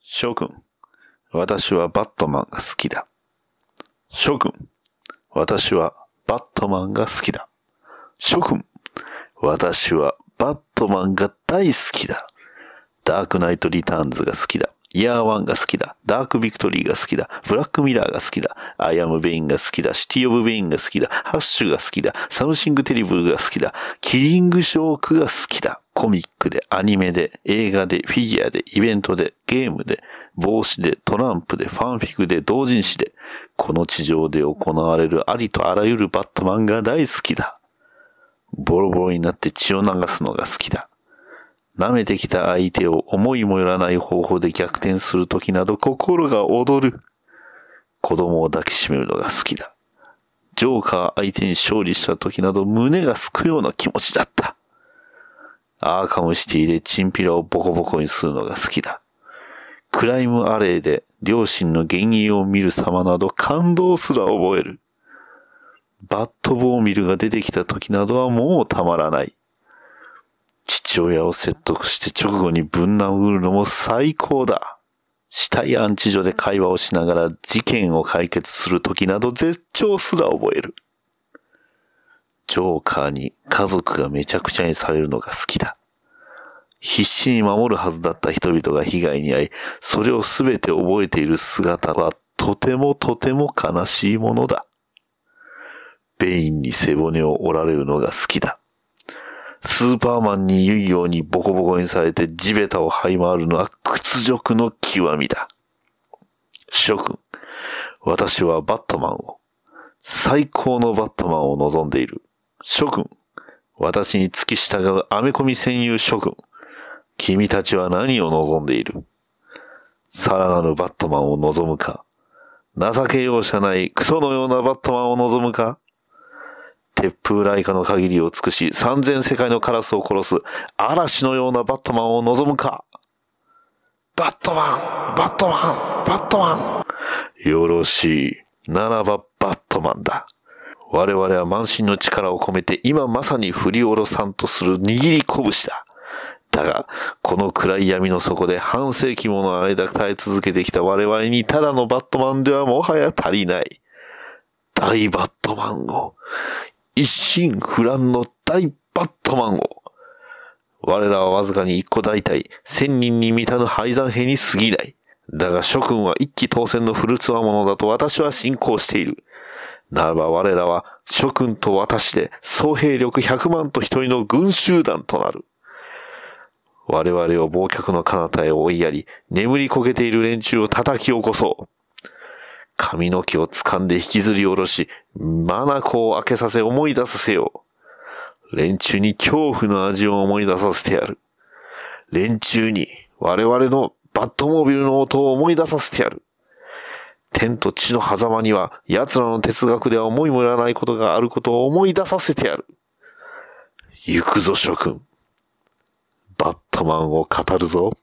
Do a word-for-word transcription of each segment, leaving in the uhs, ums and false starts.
諸君、私はバットマンが好きだ。諸君、私はバットマンが好きだ。諸君、私はバットマンが大好きだ。ダークナイトリターンズが好きだ。イヤーワンが好きだ。ダークビクトリーが好きだ。ブラックミラーが好きだ。アイアムベインが好きだ。シティオブベインが好きだ。ハッシュが好きだ。サムシングテリブルが好きだ。キリングショークが好きだ。コミックで、アニメで、映画で、フィギュアで、イベントで、ゲームで、帽子で、トランプで、ファンフィクで、同人誌で、この地上で行われるありとあらゆるバットマンが大好きだ。ボロボロになって血を流すのが好きだ。舐めてきた相手を思いもよらない方法で逆転するときなど心が躍る。子供を抱きしめるのが好きだ。ジョーカー相手に勝利したときなど胸がすくような気持ちだった。アーカムシティでチンピラをボコボコにするのが好きだ。クライムアレイで両親の幻影を見る様など感動すら覚える。バットボーミルが出てきたときなどはもうたまらない。父親を説得して直後にぶん殴るのも最高だ。死体安置所で会話をしながら事件を解決するときなど絶頂すら覚える。ジョーカーに家族がめちゃくちゃにされるのが好きだ。必死に守るはずだった人々が被害に遭い、それをすべて覚えている姿はとてもとても悲しいものだ。ベインに背骨を折られるのが好きだ。スーパーマンに言うようにボコボコにされて地べたを這い回るのは屈辱の極みだ。諸君、私はバットマンを、最高のバットマンを望んでいる。諸君、私に付き従うアメコミ戦友諸君、君たちは何を望んでいる？さらなるバットマンを望むか？情け容赦ないクソのようなバットマンを望むか？鉄風雷下の限りを尽くし、三千世界のカラスを殺す嵐のようなバットマンを望むか？バットマン、バットマン、バットマン。よろしい。ならばバットマンだ。我々は満身の力を込めて今まさに振り下ろさんとする握り拳だ。だが、この暗い闇の底で半世紀もの間耐え続けてきた我々にただのバットマンではもはや足りない。大バットマンを。一心不乱の大バットマンを。我らはわずかに一個大隊、千人に満たぬ敗残兵に過ぎない。だが諸君は一騎当選の古つわものだと私は信仰している。ならば我らは諸君と私で総兵力百万と一人の軍集団となる。我々を忘却の彼方へ追いやり、眠りこけている連中を叩き起こそう。髪の毛を掴んで引きずり下ろし、眼を開けさせ思い出させよう。連中に恐怖の味を思い出させてやる。連中に我々のバットモービルの音を思い出させてやる。天と地の狭間には奴らの哲学では思いもよらないことがあることを思い出させてやる。行くぞ諸君。バットマンを語るぞ。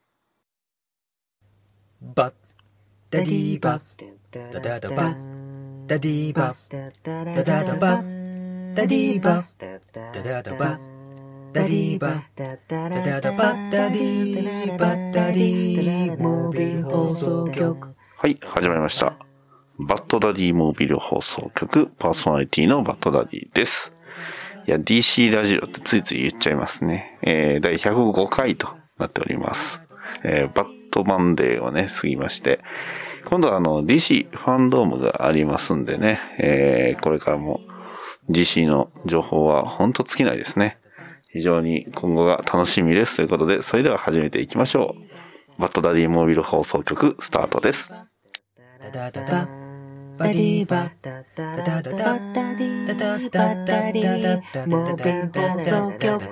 バッダディバッダダダバッダディバッダダダバッダディバッダダダバッダディバッダダダバッダディバッダディモービル放送局。 はい、始まりました。バッドダディモービル放送局パーソナリティのバッドダディです。いや、ディーシー ラジオってついつい言っちゃいますね。えー、だいひゃくごかいとなっております。えー、バットマンデーをね、過ぎまして、今度はあの ディーシー ファンドームがありますんでね、えー、これからも ディーシー の情報はほんと尽きないですね。非常に今後が楽しみですということで、それでは始めていきましょう。バッドダディモービル放送局スタートです。 ダダダダバディバダダダダダダディダダダダディモービル放送局。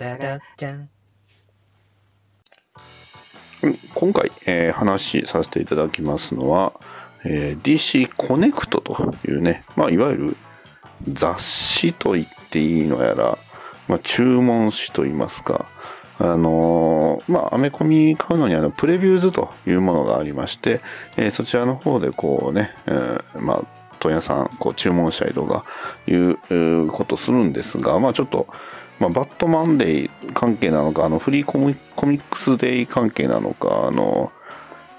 今回、えー、話させていただきますのは、えー、ディーシー コネクトというね、まあいわゆる雑誌と言っていいのやら、まあ注文誌と言いますか、あのー、まあアメコミ買うのにあのプレビューズというものがありまして、えー、そちらの方でこうね、えー、まあ問屋さんこう注文したりとかいうことするんですが、まあちょっとまあ、バットマンデー関係なのか、あのフリーコミ、コミックスデー関係なのか、あの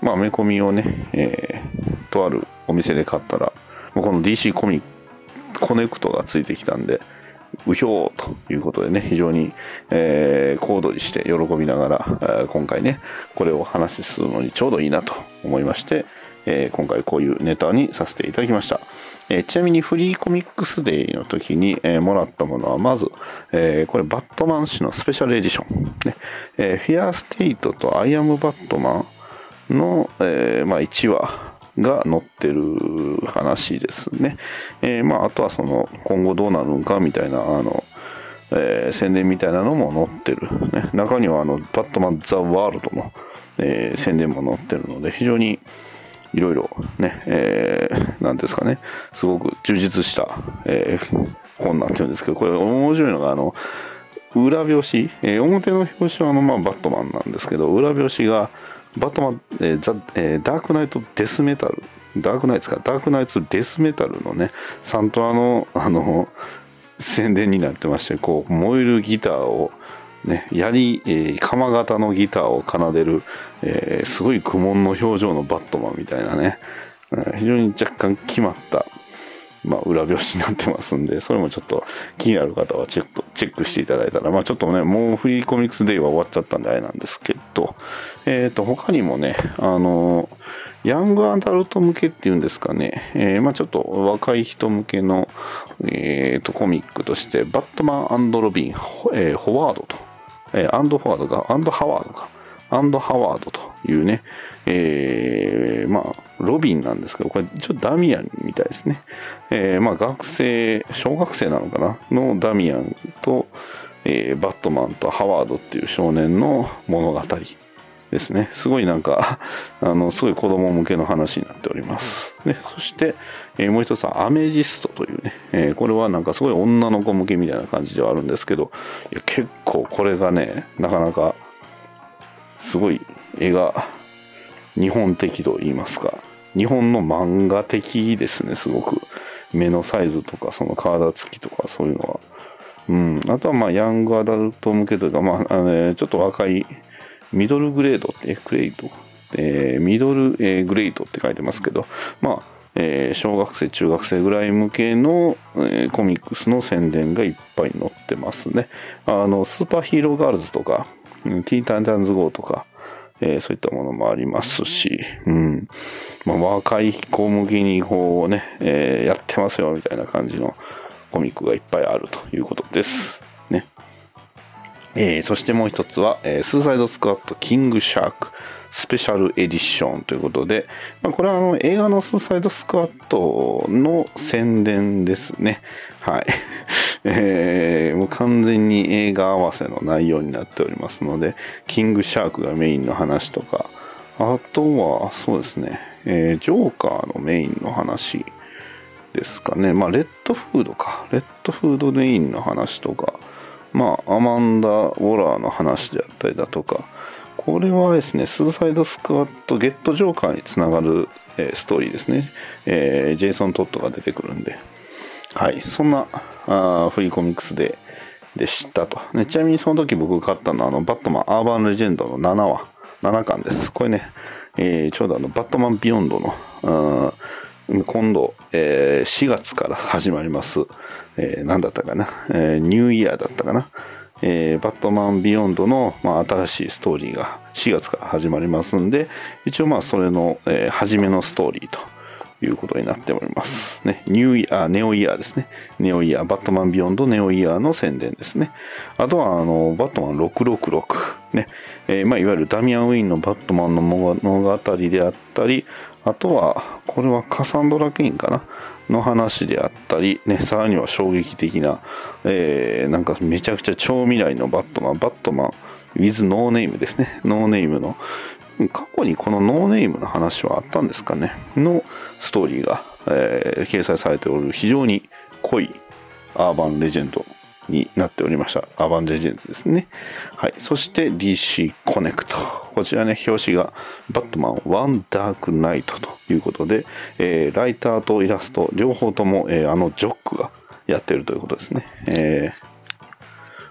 まあ、アメコミをね、えー、とあるお店で買ったら、この ディーシー コミコネクトがついてきたんで、うひょーということでね、非常に、えー、小躍りして喜びながら、えー、今回ね、これを話しするのにちょうどいいなと思いまして、えー、今回こういうネタにさせていただきました。えー、ちなみにフリーコミックスデーの時に、えー、もらったものはまず、えー、これバットマン誌のスペシャルエディション、ねえー、フィアーステイトとアイアムバットマンの、えーまあ、いちわが載ってる話ですね。えー、まああとはその今後どうなるのかみたいなあの、えー、宣伝みたいなのも載ってる、ね、中にはあのバットマンザワールドの、えー、宣伝も載ってるので非常にいろいろね、えー、なんですかね、すごく充実した、えー、本になってるんですけど、これ面白いのがあの裏表紙、えー、表の表紙はあのまあバットマンなんですけど、裏表紙がバットマン、えーザえー、ダークナイトデスメタル、ダークナイツか、ダークナイツデスメタルのね、サントラの、あの、宣伝になってまして、こう、燃えるギターを、ね、槍、えー、鎌型のギターを奏でる、えー、すごい苦悶の表情のバットマンみたいなね、えー、非常に若干決まった、まあ、裏表紙になってますんで、それもちょっと気になる方はチェック、チェックしていただいたら、まあちょっとね、もうフリーコミックスデイは終わっちゃったんであれなんですけど、えっと、他にもね、あの、ヤングアダルト向けっていうんですかね、えー、まあちょっと若い人向けの、えっと、コミックとして、バットマン&ロビン、えー、ホワードと、えー、アンドフォワードか、アンドハワードか、アンドハワードというね、えー、まあ、ロビンなんですけど、これちょっとダミアンみたいですね。えー、まあ学生、小学生なのかなのダミアンと、えー、バットマンとハワードっていう少年の物語ですね。すごいなんか、あの、すごい子供向けの話になっております。ね、そして、えー、もう一つはアメジストというね、えー、これはなんかすごい女の子向けみたいな感じではあるんですけど、いや結構これがね、なかなか、すごい絵が日本的と言いますか、日本の漫画的ですね、すごく。目のサイズとか、その体つきとか、そういうのは。うん。あとはまあ、ヤングアダルト向けというか、まあ、あのね、ちょっと若い、ミドルグレードって、グレード、えー、ミドル、えー、グレードって書いてますけど、まあ、えー、小学生、中学生ぐらい向けの、えー、コミックスの宣伝がいっぱい載ってますね。あの、スーパーヒーローガールズとか、ティータンタンズゴーとか、えー、そういったものもありますし、うん。まあ、若い子向けにこうね、えー、やってますよみたいな感じのコミックがいっぱいあるということです。ね。えー、そしてもう一つは、えー、スーサイドスクワットキングシャークスペシャルエディションということで、まあ、これはあの映画のスーサイドスクワットの宣伝ですね。はい。えー、もう完全に映画合わせの内容になっておりますので、キングシャークがメインの話とか、あとはそうですね、えー、ジョーカーのメインの話ですかね。まあレッドフードか、レッドフードメインの話とか、まあアマンダ・ウォラーの話であったりだとか、これはですね、スーサイドスクワットゲットジョーカーにつながる、えー、ストーリーですね。えー、ジェイソン・トッドが出てくるんで、はい、そんなあフリーコミックスででしたと、ね。ちなみにその時僕買ったのはあのバットマンアーバンレジェンドのななわ、ななかんです。これね、えー、ちょうどあのバットマンビヨンドの今度、えー、しがつから始まります、えー、何だったかな、えー、ニューイヤーだったかな、えー、バットマンビヨンドの、まあ、新しいストーリーがしがつから始まりますんで、一応まあそれの、えー、初めのストーリーということになっております。ね、ニューイヤー、ネオイヤーですね。ネオイヤー、バットマンビヨンドネオイヤーの宣伝ですね。あとは、あの、バットマンろくろくろく。ね。えー、まあ、いわゆるダミアン・ウィーンのバットマンの物語であったり、あとは、これはカサンドラ・ケインかなの話であったり、ね、さらには衝撃的な、えー、なんかめちゃくちゃ超未来のバットマン、バットマン、with no name ですね。ノーネームの、過去にこのノーネームの話はあったんですかねのストーリーが、えー、掲載されておる非常に濃いアーバンレジェンドになっておりました。アーバンレジェンドですね。はい。そして ディーシー コネクト。こちらね、表紙がバットマンワンダークナイトということで、えー、ライターとイラスト両方とも、えー、あのジョックがやってるということですね。えー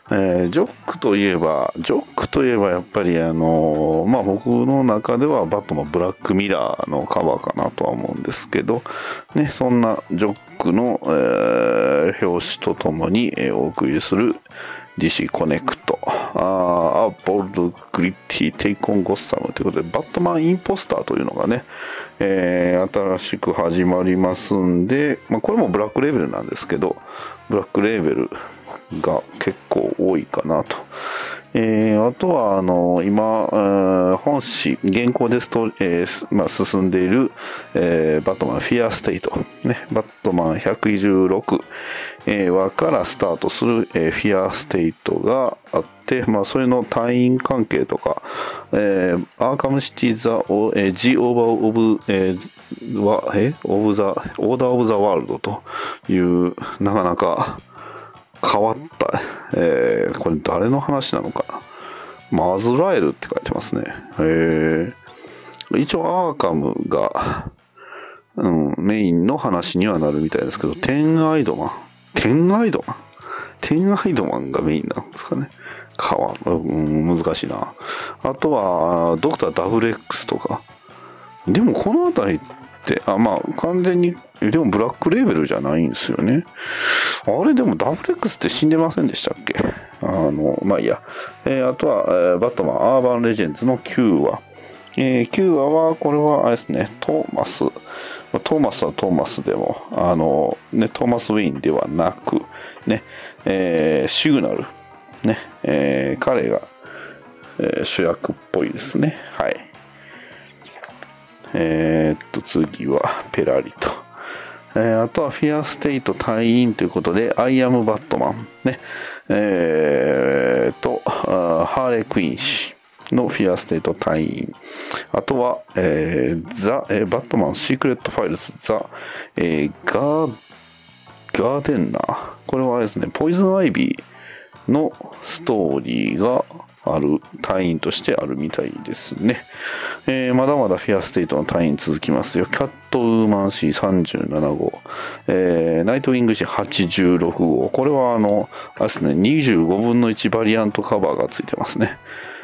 えー、ジョックといえば、ジョックといえばやっぱりあのー、まあ僕の中ではバットマンブラックミラーのカバーかなとは思うんですけど、ね、そんなジョックの、えー、表紙とともに、えー、お送りする ディーシー コネクト、あー、ボルドグリッティテイクオンゴッサムということで、バットマンインポスターというのがね、えー、新しく始まりますんで、まあこれもブラックレーベルなんですけど、ブラックレーベルが結構多いかなと。えー、あとは、あの、今、えー、本誌、現行でスト、えーまあ、進んでいる、えー、バットマンフィアステイト、ね、バットマンひゃくいじゅうろく、えー、話からスタートする、えー、フィアステイトがあって、まあ、それの隊員関係とか、えー、アーカムシティザ、えー、ジ・オーバー・オブ、えー、は、えオブザ、オーダー・オブ・ザ・ワールドという、なかなか、変わった、えー、これ誰の話なのかな。マズラエルって書いてますね。えー、一応アーカムが、うん、メインの話にはなるみたいですけど、テンアイドマン。テンアイドマンテンアイドマンがメインなんですかね。かわ、うん、難しいな。あとは、ドクター ダブリューエックス とか。でもこのあたりって、あ、まあ完全に、でもブラックレーベルじゃないんですよね。あれでも ダブリューエックス って死んでませんでしたっけ？あの、まあいいや。えー、あとは、えー、バットマンアーバンレジェンズのきゅうわ。えー、きゅうわは、これはあれですね、トーマス。トーマスはトーマスでも、あの、ね、トーマス・ウェインではなく、ね、えー、シグナル。ね、えー、彼が、えー、主役っぽいですね。はい。えー、っと、次は、ペラリと。えー、あとはフィアステイト隊員ということで、アイアムバットマン。ね。えー、と、ハーレークイーン氏のフィアステイト隊員。あとは、えー、ザ、えー、バットマンシークレットファイルズ、ザ、えー、ガー、ガーデンナー。これはですね、ポイズンアイビーのストーリーがある隊員としてあるみたいですね。えー、まだまだフィアステイトの隊員続きますよ。キャットウーマン誌さんじゅうななごう、えー、ナイトウィング誌はちじゅうろくごう。これはあの、あれですね、にじゅうごぶんのいちバリアントカバーがついてますね。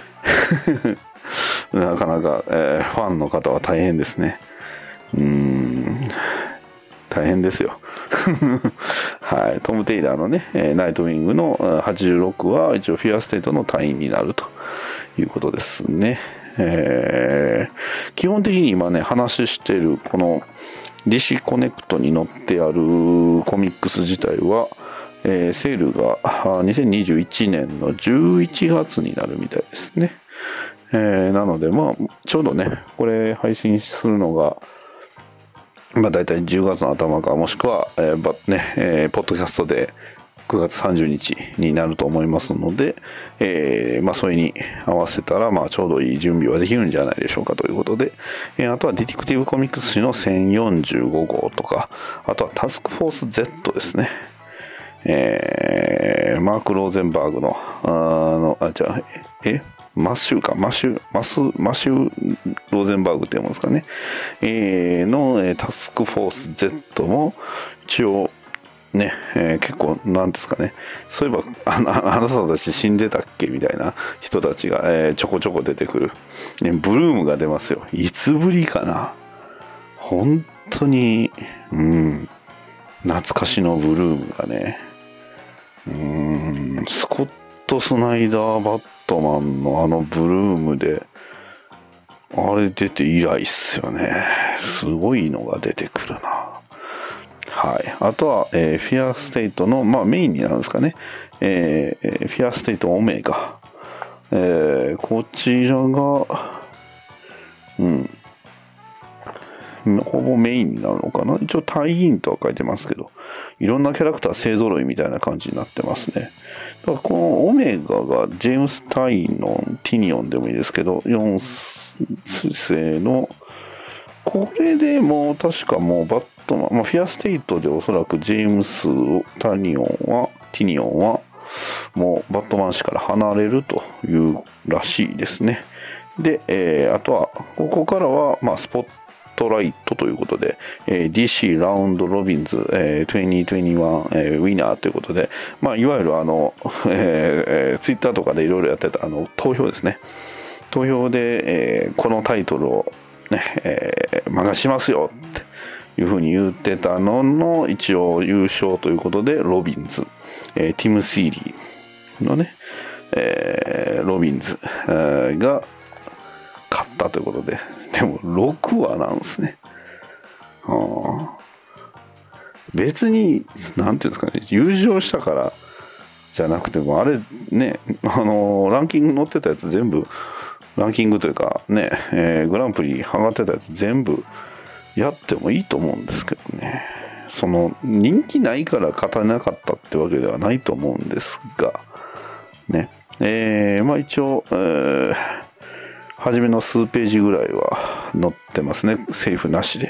なかなか、えー、ファンの方は大変ですね。うーん、大変ですよ。はい。トム・テイラーのね、ナイトウィングのはちじゅうろくは一応フィアステイトの隊員になるということですね。えー、基本的に今ね、話してるこの ディーシー コネクトに載ってあるコミックス自体は、えー、セールがにせんにじゅういちねんのじゅういちがつになるみたいですね。えー、なので、まあ、ちょうどね、これ配信するのが、まあ大体じゅうがつの頭か、もしくは、えーばねえー、ポッドキャストでくがつさんじゅうにちになると思いますので、えー、まあそれに合わせたら、まあちょうどいい準備はできるんじゃないでしょうかということで、えー、あとはディティクティブコミックス誌のせんよんじゅうごごうとか、あとはタスクフォース Z ですね。えー、マーク・ローゼンバーグの、あの、あ、じゃあ、えマシューか、マシュー、マス、マシュー・ローゼンバーグって読むんですかね。えー、の、えー、タスクフォース Z も、一応、ね、えー、結構、なんですかね。そういえば、あの、あなたたち死んでたっけみたいな人たちが、えー、ちょこちょこ出てくる。ね、ブルームが出ますよ。いつぶりかな。本当に、うん、懐かしのブルームがね、うーん、スコット・スナイダー・バットマンのあのブルームで、あれ出て以来っすよね。すごいのが出てくるな。はい。あとは、えー、フィアステイトの、まあメインになるんですかね。えー、フィアステイトオメガ。えー、こちらが、うん。ほぼメインになるのかな。一応隊員とは書いてますけど、いろんなキャラクター勢揃いみたいな感じになってますね。だからこのオメガがジェームス・タインのティニオンでもいいですけど、よん世の、これでもう確かもうバットマン、まあ、フィアステイトでおそらくジェームス・タニオンは、ティニオンは、もうバットマン氏から離れるというらしいですね。で、えー、あとは、ここからは、まあ、スポットライトということで、えー、ディーシー ラウンドロビンズ、えー、にせんにじゅういち、えー、ウィナーということで、まあ、いわゆるあの、えー、ツイッターとかでいろいろやってたあの投票ですね。投票で、えー、このタイトルを、ねえー、漫画しますよっていうふうに言ってたのの一応優勝ということでロビンズ、えー、ティム・シーリーのね、えー、ロビンズ、えー、が勝ったということで、でもろくわなんですね。はあ、別になんていうんですかね、優勝したからじゃなくてもあれね、あのランキング載ってたやつ全部ランキングというかね、えー、グランプリ上がってたやつ全部やってもいいと思うんですけどね。その人気ないから勝たなかったってわけではないと思うんですがね、えー、まあ一応、えー、初めの数ページぐらいは載ってますね、セーフなしで。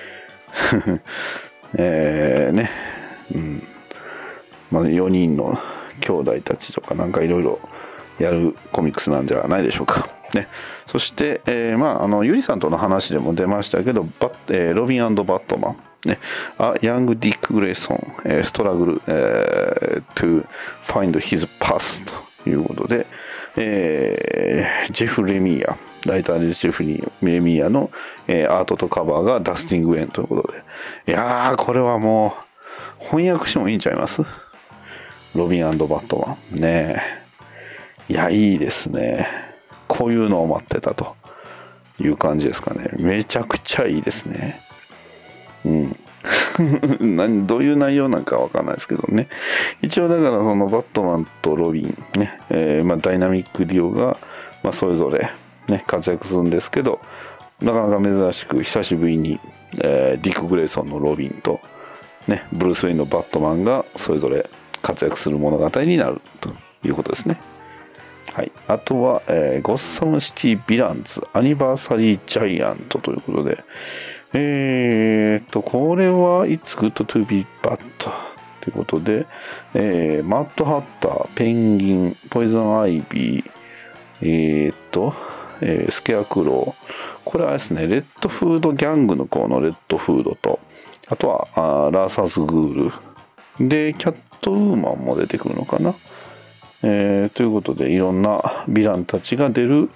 えーね、うん、まあよにんの兄弟たちとかなんかいろいろやるコミックスなんじゃないでしょうか。ね、そして、えー、まああのゆりさんとの話でも出ましたけど、バッ、えー、ロビン&バットマンね、A Young Dick Grayson、えー、Struggle、えー、to Find His Path ということで、えー、ジェフ・レミーア、ライターでジェフ・レミーアの、えー、アートとカバーがダスティング・ウェンということで、いやーこれはもう翻訳してもいいんちゃいます？ロビン&バットマンねえ、いやいいですね。こういうのを待ってたという感じですかね。めちゃくちゃいいですね。うん何どういう内容なんかわかんないですけどね。一応だからそのバットマンとロビンね、えー、まあダイナミックデュオが、まあ、それぞれね活躍するんですけど、なかなか珍しく久しぶりに、えー、ディック・グレイソンのロビンとねブルース・ウェインのバットマンがそれぞれ活躍する物語になるということですね。はい、あとは、えー、ゴッサムシティ・ヴィランズアニバーサリー・ジャイアントということで、えーとこれは It's Good to Be Bad ということで、えー、マッドハッター、ペンギン、ポイズンアイビー、えーと、えー、スケアクロー、これはですねレッドフードギャングの子のレッドフードと、あとはあーラーサスグールでキャットウーマンも出てくるのかな。えー、ということでいろんなヴィランたちが出る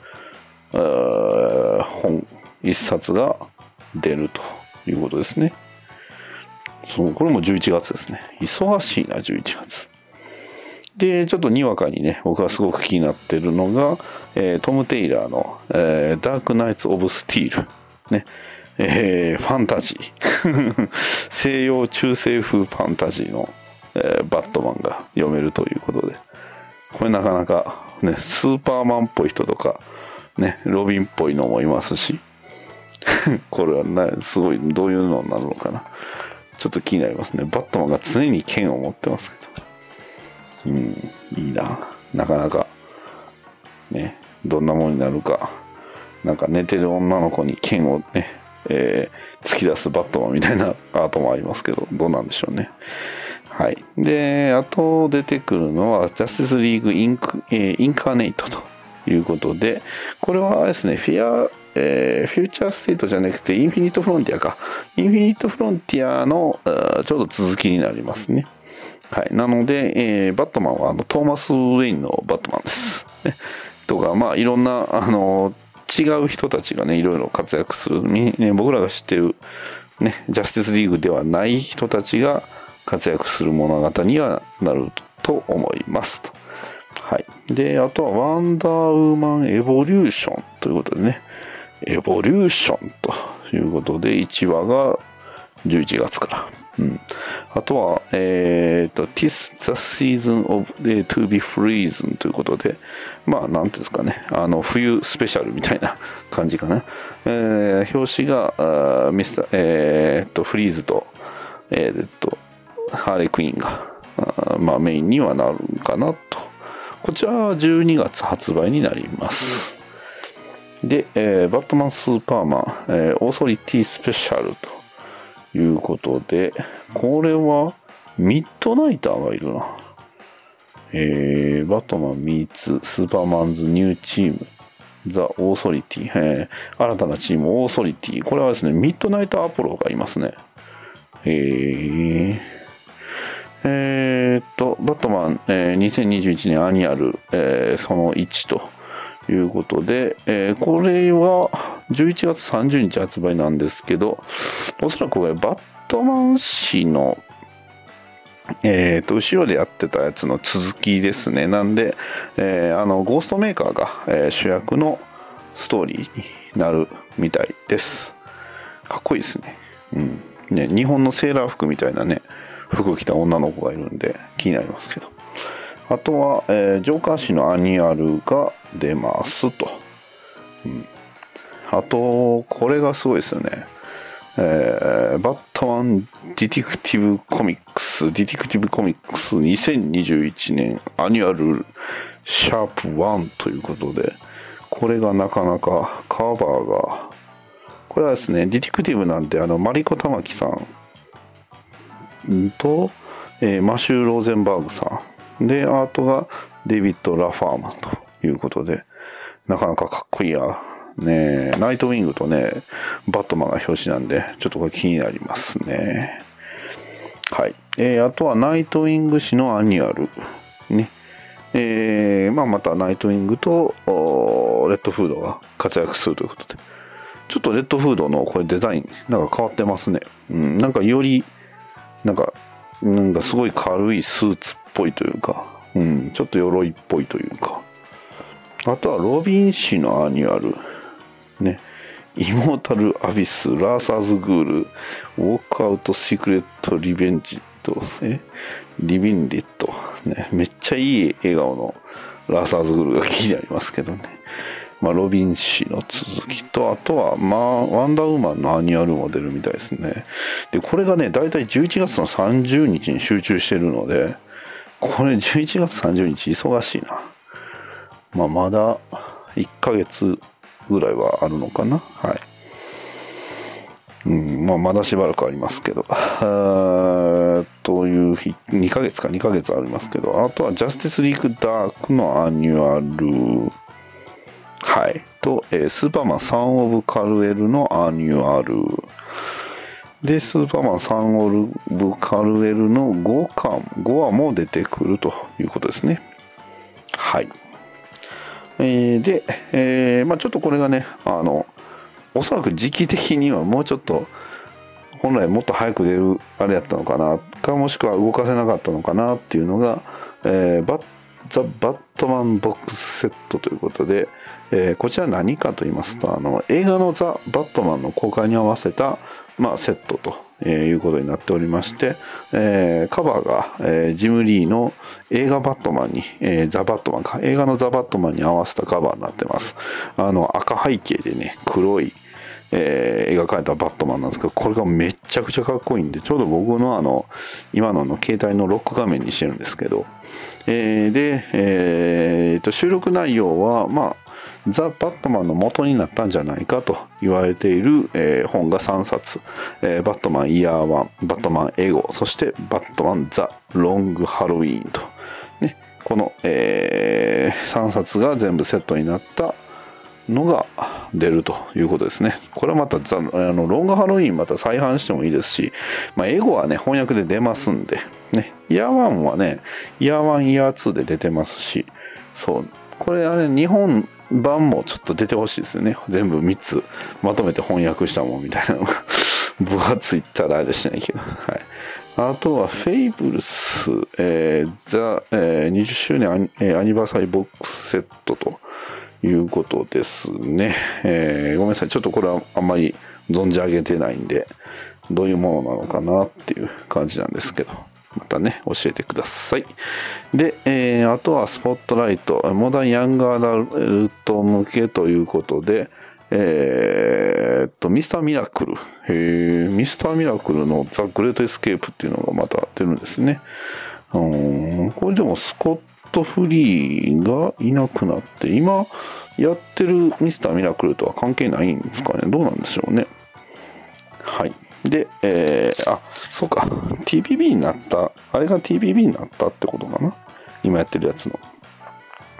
本一冊が出るということですね。そうこれもじゅういちがつですね。忙しいなじゅういちがつで、ちょっとにわかにね僕がすごく気になってるのが、えー、トム・テイラーの、えー、ダークナイツ・オブ・スティールね、えー、ファンタジー西洋中世風ファンタジーの、えー、バットマンが読めるということで、これなかなかねスーパーマンっぽい人とかねロビンっぽいのもいますしこれはねすごいどういうのになるのかな、ちょっと気になりますね。バットマンが常に剣を持ってますけど、うんいいな、なかなかねどんなものになるか、なんか寝てる女の子に剣をね、えー、突き出すバットマンみたいなアートもありますけど、どうなんでしょうね。はい。で、あと出てくるのは、ジャスティスリーグインク、えー、インカーネイトということで、これはですね、フィア、えー、フューチャーステートじゃなくて、インフィニットフロンティアか。インフィニットフロンティアのちょうど続きになりますね。はい。なので、えー、バットマンはあのトーマス・ウェインのバットマンです。とか、まあ、いろんな、あの、違う人たちがね、いろいろ活躍する、ね、僕らが知ってる、ね、ジャスティスリーグではない人たちが、活躍する物語にはなると思いますと。はい。で、あとはワンダーウーマンエボリューションということでね、エボリューションということでいちわがじゅういちがつから。うん。あとは、えっと、Tis the Season of to be Frozen ということで、まあ、なんていうんですかね、あの、冬スペシャルみたいな感じかな。えー、表紙が、ミスター、えー、っと、フリーズと、えー、っと、ハーレークイーンが、あまあ、メインにはなるかなと。こちらはじゅうにがつ発売になります。で、えー、バットマンスーパーマン、えー、オーソリティスペシャルということで、これはミッドナイターがいるな。えー、バットマンミーツスーパーマンズニューチームザ・オーソリティ、えー、新たなチームオーソリティ。これはですね、ミッドナイトアポロがいますね。えー、えー、っと、バットマン、えー、にせんにじゅういちねんアニュアル、えー、そのいちということで、えー、これはじゅういちがつさんじゅうにち発売なんですけど、おそらくこれバットマン誌のえーと、後ろでやってたやつの続きですね。なんで、えー、あの、ゴーストメーカーが、えー、主役のストーリーになるみたいです。かっこいいですね。うん。ね、日本のセーラー服みたいなね、服着た女の子がいるんで気になりますけど。あとは、えー、ジョーカー誌のアニュアルが出ますと。うん。あと、これがすごいですよね。えー、バットマンディティクティブコミックス、ディティクティブコミックスにせんにじゅういちねんアニュアルシャープワンということで、これがなかなかカバーが、これはですね、ディティクティブなんてあの、マリコ玉木さんと、えー、マシュー・ローゼンバーグさん。で、アートがデビッド・ラファーマンということで、なかなかかっこいいや。ねえ、ナイトウィングとね、バットマンが表紙なんで、ちょっとこれ気になりますね。はい。えー、あとはナイトウィング誌のアニュアル。ね。えー、まあまたナイトウィングと、レッドフードが活躍するということで。ちょっとレッドフードのこれデザイン、なんか変わってますね。うん、なんかより、なんか、なんかすごい軽いスーツっぽいというか、うん、ちょっと鎧っぽいというか。あとはロビン誌のアニュアル。ね。イモータルアビス、ラーサーズグール、ウォークアウトシークレットリベンジと、えリビンリット。ね。めっちゃいい笑顔のラーサーズグールが気になりますけどね。まあ、ロビン氏の続きと、あとは、まあ、ワンダーウーマンのアニュアルも出るみたいですね。で、これがね、だいたいじゅういちがつのさんじゅうにちに集中してるので、これじゅういちがつさんじゅうにち忙しいな。まあ、まだいっかげつぐらいはあるのかな。はい。うん、まあ、まだしばらくありますけど。という日、にかげつかにかげつありますけど、あとはジャスティスリーグダークのアニュアル。はい。と、えー、スーパーマンサン・オブ・カルエルのアニュアル。で、スーパーマンサン・オブ・カルエルのごかん、ごわも出てくるということですね。はい。えー、で、えー、まあちょっとこれがね、あの、おそらく時期的にはもうちょっと、本来もっと早く出るあれやったのかな、かもしくは動かせなかったのかなっていうのが、えー、バッザ・バットマンボックスセットということで、えー、こちら何かと言いますと、あの、映画のザ・バットマンの公開に合わせた、まあ、セットと、えー、いうことになっておりまして、えー、カバーが、えー、ジム・リーの映画バットマンに、えー、ザ・バットマンか、映画のザ・バットマンに合わせたカバーになってます。あの、赤背景でね、黒い、えー、描かれたバットマンなんですけど、これがめちゃくちゃかっこいいんで、ちょうど僕のあの、今のの携帯のロック画面にしてるんですけど、えー、で、えー、と収録内容は、まあ、ザ・バットマンの元になったんじゃないかと言われている、えー、本がさんさつ、えー、バットマンイヤーワン、バットマンエゴ、そしてバットマンザ・ロング・ハロウィーンと、ね、この、えー、さんさつが全部セットになったのが出るということですね。これはまたザあのロングハロウィーンまた再販してもいいですし、まあ、エゴはね翻訳で出ますんで、ね、イヤーワンはねイヤーワンイヤーツーで出てますし、そうこれあれ日本版もちょっと出てほしいですよね。全部みっつまとめて翻訳したもんみたいなのが分厚いったらあれしないけど、はい。あとはフェイブルス、えー、ザ、えー、にじゅっしゅうねんアニ、えー、アニバーサリーボックスセットということですね。えー、ごめんなさい。ちょっとこれはあんまり存じ上げてないんで、どういうものなのかなっていう感じなんですけど、またね、教えてください。で、えー、あとはスポットライト、モダンヤングアダルト向けということで、えー、っと、ミスターミラクル。へー、ミスターミラクルのザ・グレート・エスケープっていうのがまた出るんですね。うん、これでもスコット・フリーがいなくなって、今やってるミスターミラクルとは関係ないんですかね。どうなんでしょうね。はい。で、えー、あ、そうか。ティーピービー になった。あれが ティーピービー になったってことかな。今やってるやつの。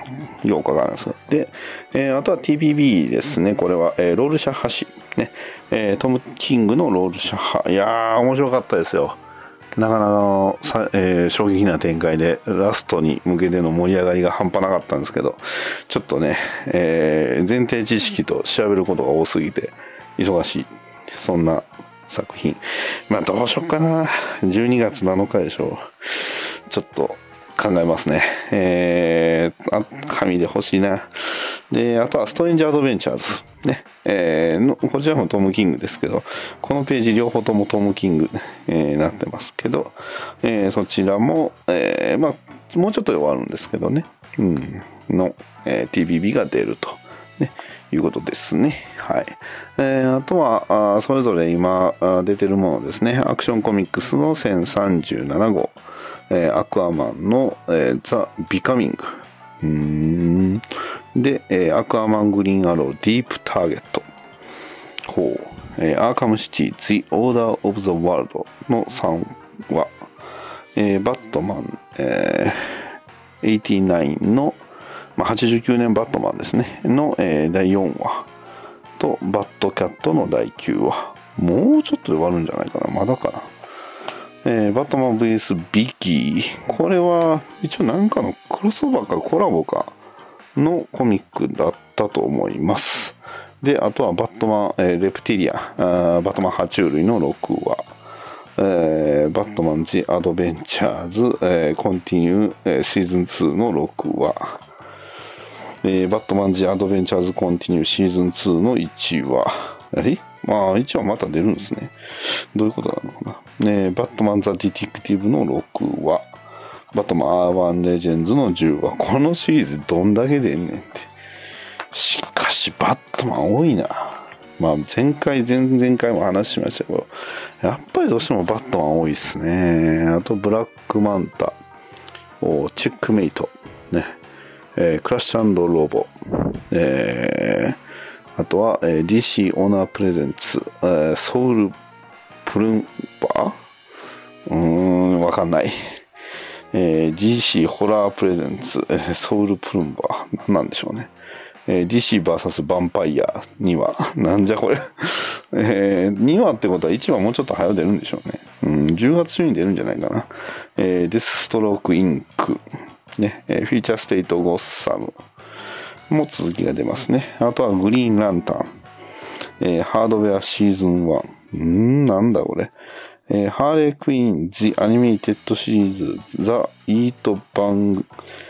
よくわかるんですで、えー、あとは ティーピービー ですね。これは、えー、ロールシャッハ誌。ね。えー、トム・キングのロールシャッハ。いやー、面白かったですよ。なかなかのさ、えー、衝撃な展開で、ラストに向けての盛り上がりが半端なかったんですけど、ちょっとね、えー、前提知識と調べることが多すぎて、忙しい。そんな作品。まあ、どうしよっかな。じゅうにがつなのかでしょう。ちょっと、考えますね。えー、あ、紙で欲しいな。で、あとはストレンジアドベンチャーズ。ね。えー、のこちらもトム・キングですけど、このページ両方ともトム・キング、えー、なってますけど、えー、そちらも、えー、まあ、もうちょっとで終わるんですけどね。うん。の、えー、ティーピービー が出ると。ね。いうことですね。はい。えー、あとは、あそれぞれ今出てるものですね。アクションコミックスのせんさんじゅうななごう。えー、アクアマンの、えー、ザ・ビカミング。うーんで、えー、アクアマングリーンアローディープターゲット。ほう。えー、アーカムシティ The Order of the World のさんわ。えー、バットマン、えー、はちじゅうきゅうの、まあ、はちじゅうきゅうねんバットマンですね。の、えー、だいよんわ。と、バットキャットのだいきゅうわ。もうちょっとで終わるんじゃないかな。まだかな。えー、バットマン ブイエス ビキー。これは一応なんかのクロスオーバーかコラボかのコミックだったと思います。で、あとはバットマン、えー、レプティリアン、あバットマン爬虫類のろくわ、えー、バットマン The Adventures、えー、コンティニュー、えー、シーズンツーのろくわ、えー、バットマン The Adventures コンティニューシーズンツーのいちわ。えまあ、いちわまた出るんですね。どういうことなのかな。ね、バットマン・ザ・ディティクティブのろくわ。バットマン・アーバン・レジェンズのじゅうわ。このシリーズどんだけ出んねんって。しかし、バットマン多いな。まあ、前回、前々回も話しましたけど、やっぱりどうしてもバットマン多いっすね。あと、ブラックマンタ、チェックメイト、ね、えー、クラッシュ&ロボ、えーあとは、えー、ディーシー オーナープレゼンツ、えー、ソウルプルンバーうーん、わかんない。えー、ディーシー ホラープレゼンツ、えー、ソウルプルンバー。何なんでしょうね。えー、ディーシー ブイエス ヴァンパイアにわ。なんじゃこれ。えー、にわってことはいちわもうちょっと早く出るんでしょうね。うん、じゅうがつ中に出るんじゃないかな。えー、デスストロークインク。ね、えー、フィーチャーステイトゴッサム。も続きが出ますね。あとはグリーンランタン、えー、ハードウェアシーズンワン。んーなんだこれ。えー、ハーレークイーン The Animated シリーズ The Eat Bang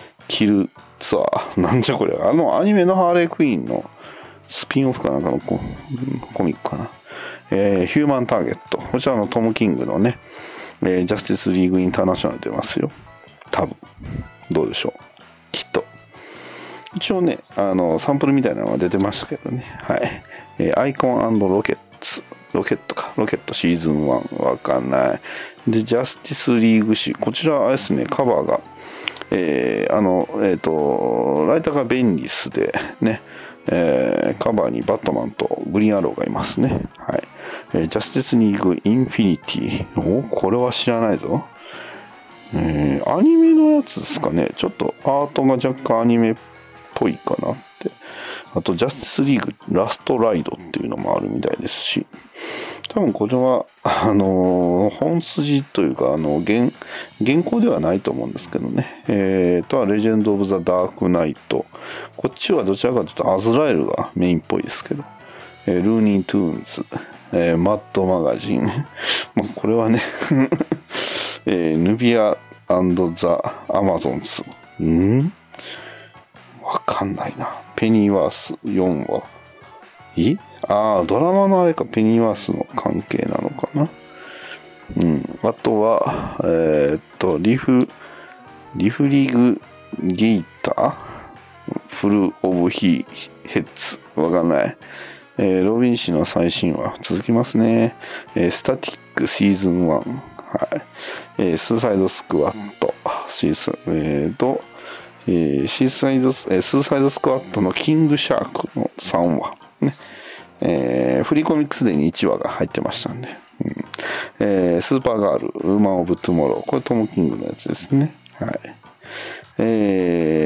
Kill ツアー。なんじゃこれ。あのアニメのハーレークイーンのスピンオフかなんかの コ, コミックかな。えー、ヒューマンターゲット。こちらのトム・キングのね、えー、ジャスティスリーグインターナショナル出ますよ。多分。どうでしょう。きっと。一応ね、あの、サンプルみたいなのが出てましたけどね。はい。えー、アイコン&ロケッツ。ロケットか。ロケットシーズンワン。わかんない。で、ジャスティスリーグ誌。こちら、あれですね、カバーが、えー、あの、えっ、ー、と、ライターがベンリスで、ね、えー、カバーにバットマンとグリーンアローがいますね。はい。えー、ジャスティスリーグインフィニティ。お、これは知らないぞ。えー、アニメのやつですかね。ちょっとアートが若干アニメっぽいかなって。あと、ジャスティスリーグラストライドっていうのもあるみたいですし、多分これは、あのー、本筋というか、あの、原、原稿ではないと思うんですけどね。えー、とは、レジェンド・オブ・ザ・ダーク・ナイト。こっちはどちらかというと、アズラエルがメインっぽいですけど。えー、ルーニー・トゥーンズ、えー、マッド・マガジン。まあ、これはね、えー、ヌビア&ザ・アマゾンズ。んわかんないな。ペニーワースよんわ。えああ、ドラマのあれか、ペニーワースの関係なのかな。うん。あとは、えー、っと、リフ、リフリグゲイターフルオブヒヘッツ。わかんない。えー、ロビン氏の最新話。続きますね。えー、スタティックシーズンワン。はい。えー、スーサイドスクワット。シーズン、えーと、えー、シーサイド、えー、スーサイドスクワットのキングシャークのさんわ。ね。えー、フリーコミックスでにいちわが入ってましたんで。うんえー、スーパーガール、ウーマンオブトゥモロー。これトム・キングのやつですね。はい。えー、っ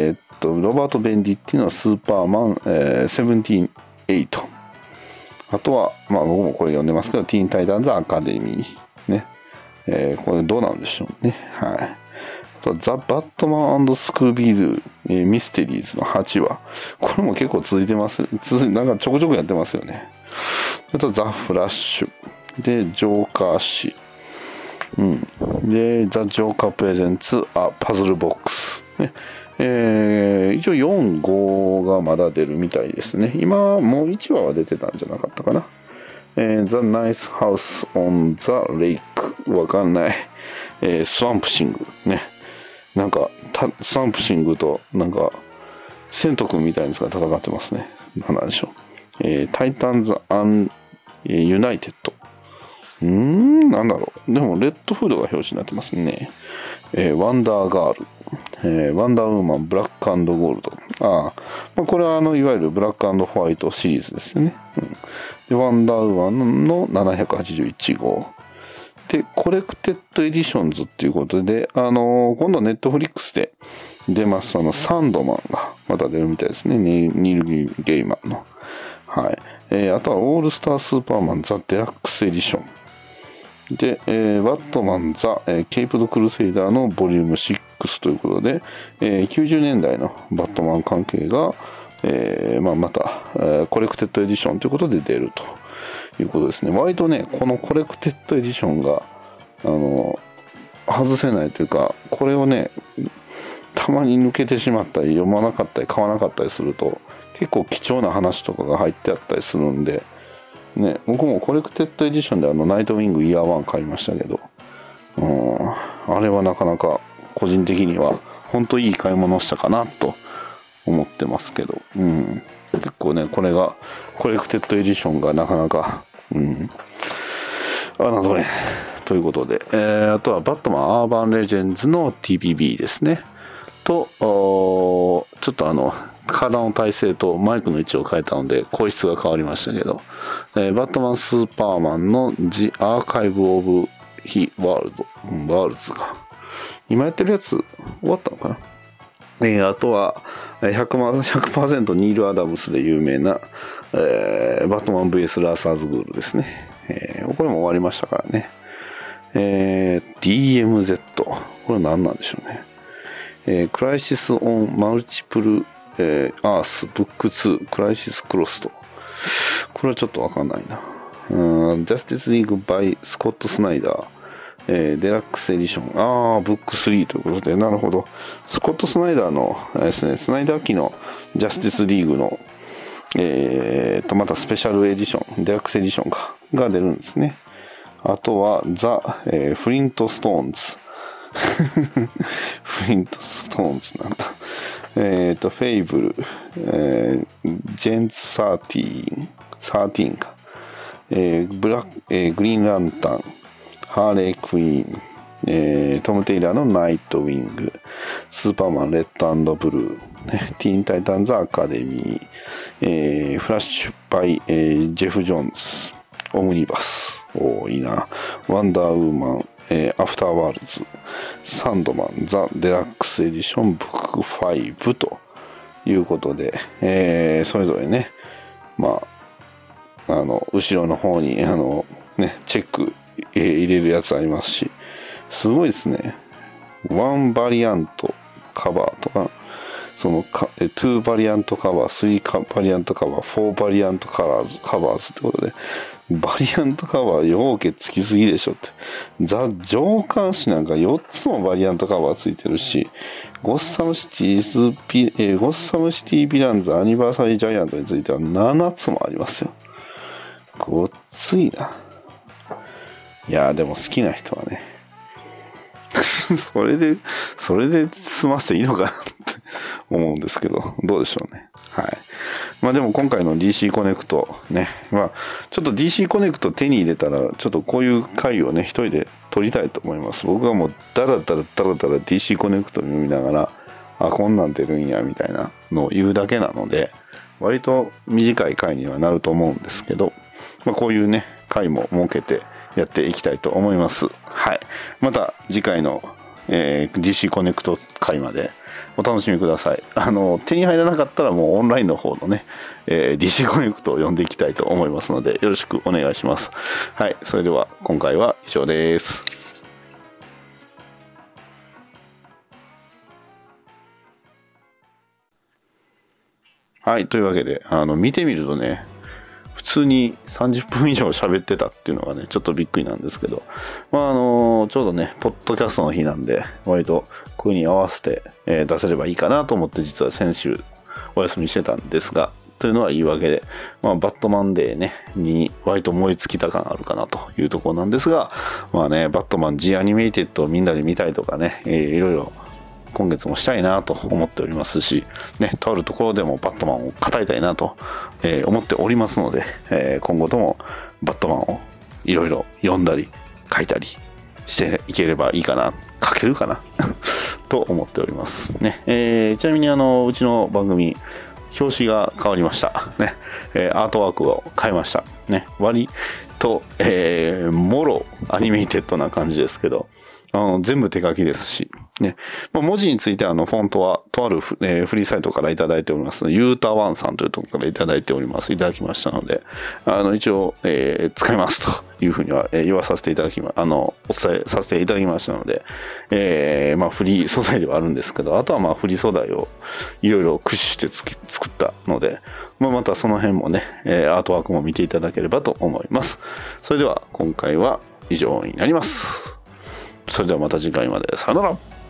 と、ロバート・ベンディッティのスーパーマン、えー、セブンティーンエイト。あとは、まあ僕もこれ読んでますけど、ティーン・タイタンズ・アカデミー。ね。えー、これどうなんでしょうね。はい。あとは、ザ・バットマン&スクービードゥ、えー、ミステリーズのはちわ。これも結構続いてます。続いなんかちょこちょこやってますよね。あとは、ザ・フラッシュ。で、ジョーカー誌。うん。で、ザ・ジョーカープレゼンツ・ア・パズルボックス。ね。えー、一応よん、ごがまだ出るみたいですね。今、もういちわは出てたんじゃなかったかな。えー、The Nice House on the Lake。わかんない。えー、スワンプシング。ね。なんか、スワンプシングと、なんか、セント君みたいなやつが戦ってますね。何なんでしょう。えー、タイタンズ・アン・ユナイテッド。うーん、なんだろう。でも、レッドフードが表紙になってますね。えー、ワンダーガール。えー、ワンダーウーマン、ブラック&ゴールド。ああ。まあ、これは、あの、いわゆるブラック&ホワイトシリーズですよね。うん、で、ワンダーウーマンのななひゃくはちじゅういち号。で、コレクテッドエディションズっていうことで、あのー、今度ネットフリックスで出ます、あの、サンドマンがまた出るみたいですね。ニール・ゲイマンの。はい。えー、あとは、オールスタースーパーマンザ・デラックスエディション。で、えー、バットマンザ、えー、ケイプドクルセイダーのボリュームシックスということで、えー、きゅうじゅうねんだいのバットマン関係が、えー、まあ、また、えー、コレクテッドエディションということで出るということですね。割とね、このコレクテッドエディションが、あの、外せないというか、これをね、たまに抜けてしまったり、読まなかったり、買わなかったりすると、結構貴重な話とかが入ってあったりするんで、ね、僕もコレクテッドエディションであのナイトウィングイヤーワン買いましたけど、うん、あれはなかなか個人的には本当いい買い物をしたかなと思ってますけど、うん、結構ねこれがコレクテッドエディションがなかなか、うん、侮れということで、えー、あとはバットマンアーバンレジェンズの ティーピービー ですねと、ちょっとあの体の体勢とマイクの位置を変えたので声質が変わりましたけど、えー、バットマンスーパーマンの The Archive of He Worlds、ワールズが今やってるやつ終わったのかな。えー、あとは ひゃくパーセント ニール・アダムスで有名な、えー、バットマン ブイエス ラーサーズ・グールですね、えー、これも終わりましたからね。えー、ディーエムゼット これは何なんでしょうね。えー、クライシス・オン・マルチプルえー、アースブックツークライシスクロスと、これはちょっとわかんないな。うん、ジャスティスリーグバイスコット・スナイダー、えー、デラックスエディション、ああブックスリーということで、なるほど。スコット・スナイダーのですね、スナイダー期のジャスティスリーグのえーとまたスペシャルエディション、デラックスエディションかが出るんですね。あとはザ、えー、フリントストーンズフリントストーンズなんだ。えっ、ー、と、フェイブル、えー、ジェンツサーティーン、サーティーンか。えー、ブラック、えー、グリーンランタン、ハーレークイーン、えー、トム・テイラーのナイトウィング、スーパーマンレッド&ブルー、ね、ティーン・タイタンズ・アカデミー、えー、フラッシュ・バイ、えー、ジェフ・ジョーンズ、オムニバス、おー、いいな。ワンダーウーマン、えー、アフターワールズ、サンドマン、ザ・デラックスエディション、ブックファイブということで、えー、それぞれね、まあ、あの、後ろの方に、あの、ね、チェック、えー、入れるやつありますし、すごいですね。ワンバリアントカバーとか、そのか、ツーバリアントカバー、スリーバリアントカバー、フォーバリアントカラーズ、カバーズってことで、バリアントカバー、ようけつきすぎでしょって。ザ・ジョーカー誌なんかよっつもバリアントカバーついてるし、ゴッサムシティズピ、えー、ゴッサムシティヴィランズアニバーサリージャイアントについてはななつもありますよ。ごっついな。いやーでも好きな人はね、それで、それで済ませていいのかなって思うんですけど、どうでしょうね。はい。まあでも今回の ディーシー コネクトね、まあちょっと ディーシー コネクト手に入れたら、ちょっとこういう回をね、一人で撮りたいと思います。僕はもうダラダラダラダラ ディーシー コネクトを読みながら、あ、こんなん出るんや、みたいなのを言うだけなので、割と短い回にはなると思うんですけど、まあこういうね、回も設けてやっていきたいと思います。はい。また次回のえー、ディーシー コネクト回までお楽しみください。あの手に入らなかったらもうオンラインの方のね、えー、ディーシー コネクトを読んでいきたいと思いますのでよろしくお願いします。はい、それでは今回は以上です。はい、というわけであの見てみるとね、普通にさんじゅっぷん以上喋ってたっていうのがねちょっとびっくりなんですけど、まああのちょうどねポッドキャストの日なんで割とこういうに合わせて、えー、出せればいいかなと思って実は先週お休みしてたんですが、というのは言い訳で、まあ、バットマンデーねに割と燃え尽きた感あるかなというところなんですが、まあねバットマン ジー アニメイテッドをみんなで見たいとかね、えー、いろいろ今月もしたいなと思っておりますし、ね、とあるところでもバットマンを語りたいなと、えー、思っておりますので、えー、今後ともバットマンをいろいろ読んだり書いたりしていければいいかな、書けるかなと思っておりますね。えー、ちなみにあのうちの番組表紙が変わりましたね、えー、アートワークを変えましたね。割と、えー、もろアニメイテッドな感じですけど、あの全部手書きですしね、まあ、文字についてはあのフォントはとあるフ、えー、フリーサイトからいただいておりますユータワンさんというところからいただいておりますいただきましたので、あの一応、えー、使いますというふうには、えー、言わさせていただきまあのお伝えさせていただきましたので、えー、まあフリー素材ではあるんですけど、あとはまあフリー素材をいろいろ駆使してつき作ったので、まあ、またその辺もね、えー、アートワークも見ていただければと思います。それでは今回は以上になります。それではまた次回まで。さよなら。